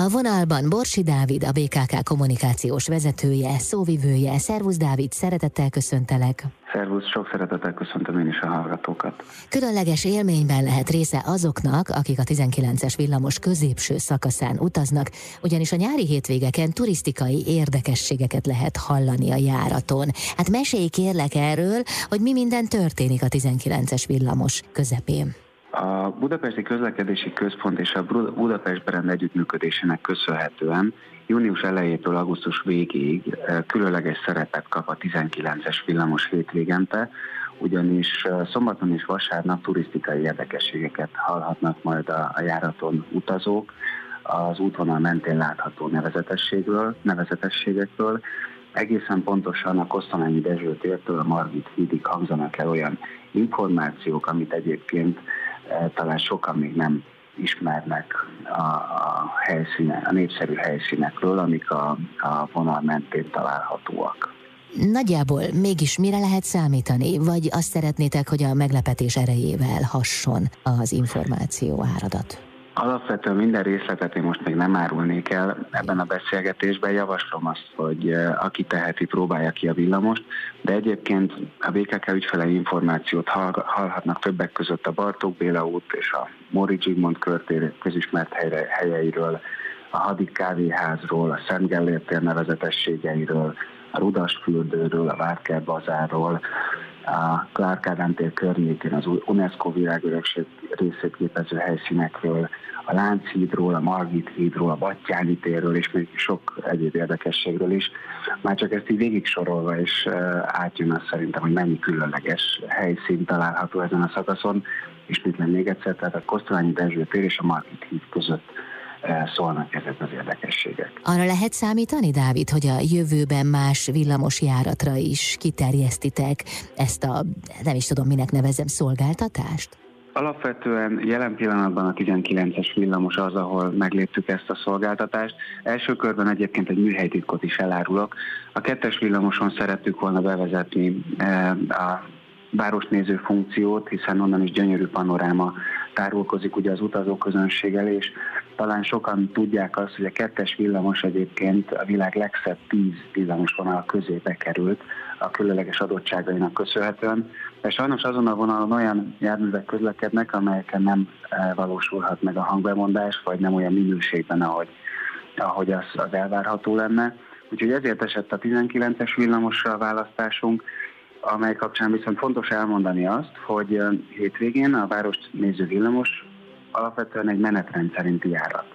A vonalban Borsi Dávid, a BKK kommunikációs vezetője, szóvivője. Szervusz Dávid, szeretettel köszöntelek. Szervusz, sok szeretettel köszöntöm én is a hallgatókat. Különleges élményben lehet része azoknak, akik a 19-es villamos középső szakaszán utaznak, ugyanis a nyári hétvégeken turisztikai érdekességeket lehet hallani a járaton. Hát mesélj kérlek erről, hogy mi minden történik a 19-es villamos közepén. A Budapesti Közlekedési Központ és a Budapest Brand együttműködésének köszönhetően június elejétől augusztus végéig különleges szerepet kap a 19-es villamos hétvégente, ugyanis szombaton és vasárnap turisztikai érdekességeket hallhatnak majd a járaton utazók az útvonal mentén látható nevezetességekről. Egészen pontosan a Kosztolányi Dezső tértől a Margit hídig hangzanak el olyan információk, amit egyébként talán sokan még nem ismernek a népszerű helyszínekről, amik a vonal mentén találhatóak. Nagyjából mégis mire lehet számítani, vagy azt szeretnétek, hogy a meglepetés erejével hasson az információ áradat? Alapvetően minden részletet én most még nem árulnék el ebben a beszélgetésben. Javaslom azt, hogy aki teheti, próbálja ki a villamost, de egyébként a BKK ügyfelei információt hallhatnak többek között a Bartók Béla út és a Móricz Zsigmond körtér közismert helyeiről, a Hadik kávéházról, a Szent Gellért tér nevezetességeiről, a Rudasfürdőről, a Várkert bazárról, a Clark Ádám tér környékén az UNESCO világörökség részét képező helyszínekről, a Lánchídról, a Margit hídról, a Battyányi térről és még sok egyéb érdekességről is. Már csak ezt így végig sorolva is átjön az szerintem, hogy mennyi különleges helyszín található ezen a szakaszon. Ismétlem még egyszer, tehát a Kosztolányi Dezső tér és a Margit híd között szólnak ezek az érdekességek. Arra lehet számítani, Dávid, hogy a jövőben más villamos járatra is kiterjesztitek ezt a, nem is tudom minek nevezem, szolgáltatást? Alapvetően jelen pillanatban a 19-es villamos az, ahol megléptük ezt a szolgáltatást. Első körben egyébként egy műhelytitkot is elárulok. A 2-es villamoson szerettük volna bevezetni a városnéző funkciót, hiszen onnan is gyönyörű panoráma tárulkozik ugye az utazóközönség elé, és talán sokan tudják azt, hogy a 2-es villamos egyébként a világ legszebb 10 villamosvonal közé bekerült a különleges adottságainak köszönhetően, de sajnos azon a vonalon olyan járművek közlekednek, amelyeken nem valósulhat meg a hangbemondás, vagy nem olyan minőségben, ahogy az elvárható lenne. Úgyhogy ezért esett a 19-es villamosra a választásunk, amely kapcsán viszont fontos elmondani azt, hogy hétvégén a várost néző villamos alapvetően egy menetrend szerinti járat.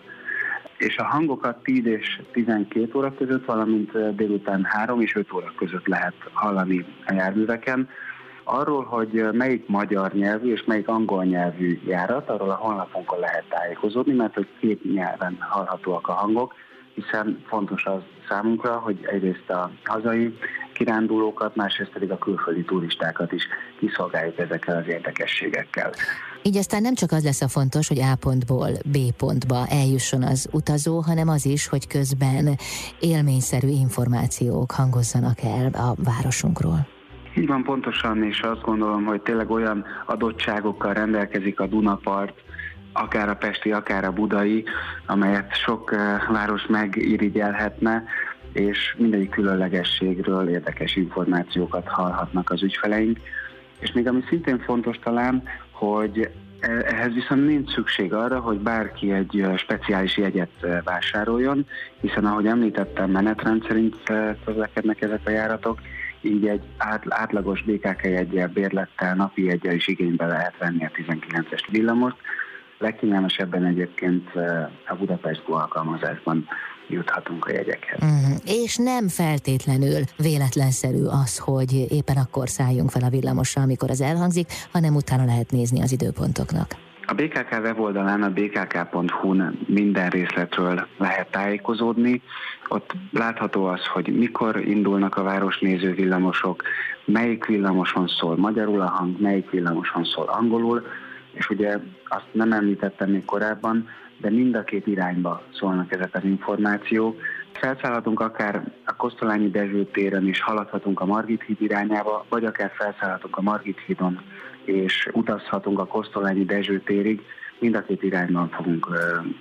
És a hangokat 10 és 12 óra között, valamint délután 3 és 5 óra között lehet hallani a járműveken. Arról, hogy melyik magyar nyelvű és melyik angol nyelvű járat, arról a honlapunkon lehet tájékozódni, mert hogy 2 nyelven hallhatóak a hangok, hiszen fontos az számunkra, hogy egyrészt a hazai kirándulókat, másrészt pedig a külföldi turistákat is kiszolgáljuk ezekkel az érdekességekkel. Így aztán nem csak az lesz a fontos, hogy A pontból B pontba eljusson az utazó, hanem az is, hogy közben élményszerű információk hangozzanak el a városunkról. Így van, pontosan, és azt gondolom, hogy tényleg olyan adottságokkal rendelkezik a Dunapart, akár a pesti, akár a budai, amelyet sok város megirigyelhetne, és mindegyik különlegességről érdekes információkat hallhatnak az ügyfeleink. És még ami szintén fontos talán, hogy ehhez viszont nincs szükség arra, hogy bárki egy speciális jegyet vásároljon, hiszen ahogy említettem, menetrend szerint közlekednek ezek a járatok, így egy átlagos BKK jeggyel, bérlettel, napi jeggyel is igénybe lehet venni a 19-es villamost. Legkényelmesebben egyébként a Budapest Go alkalmazásban juthatunk a jegyekhez. És nem feltétlenül véletlenszerű az, hogy éppen akkor szálljunk fel a villamosra, amikor az elhangzik, hanem utána lehet nézni az időpontoknak. A BKK weboldalán, a bkk.hu-n minden részletről lehet tájékozódni. Ott látható az, hogy mikor indulnak a városnéző villamosok, melyik villamoson szól magyarul a hang, melyik villamoson szól angolul, és ugye azt nem említettem még korábban, de mind a két irányba szólnak ezek az információk. Felszállhatunk akár a Kosztolányi Dezső téren és haladhatunk a Margit híd irányába, vagy akár felszállhatunk a Margit hídon és utazhatunk a Kosztolányi Dezső térig. Mind a két irányban fogunk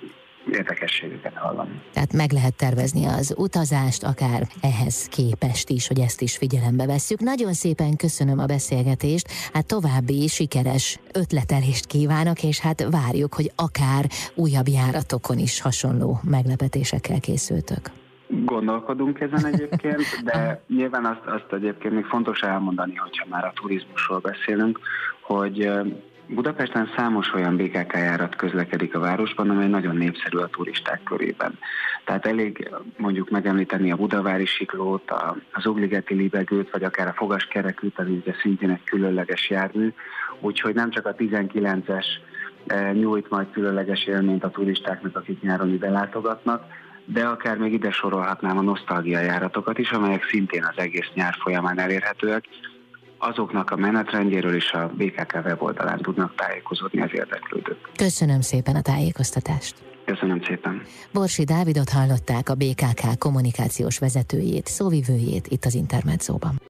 érdekességeket hallani. Tehát meg lehet tervezni az utazást, akár ehhez képest is, hogy ezt is figyelembe vesszük. Nagyon szépen köszönöm a beszélgetést, hát további sikeres ötletelést kívánok, és hát várjuk, hogy akár újabb járatokon is hasonló meglepetésekkel készültök. Gondolkodunk ezen egyébként, de nyilván azt egyébként még fontos elmondani, hogyha már a turizmusról beszélünk, hogy Budapesten számos olyan BKK járat közlekedik a városban, amely nagyon népszerű a turisták körében. Tehát elég mondjuk megemlíteni a Budavári Siklót, az Ugligeti Libegőt, vagy akár a Fogaskerekűt, az ugye szintén egy különleges jármű, úgyhogy nem csak a 19-es nyújt majd különleges élményt a turistáknak, akik nyáron ide látogatnak, de akár még ide sorolhatnám a nosztalgia járatokat is, amelyek szintén az egész nyár folyamán elérhetőek. Azoknak a menetrendjéről is a BKK weboldalán tudnak tájékozódni az érdeklődők. Köszönöm szépen a tájékoztatást. Köszönöm szépen. Borsi Dávidot hallották, a BKK kommunikációs vezetőjét, szóvivőjét itt az Intermedzóban.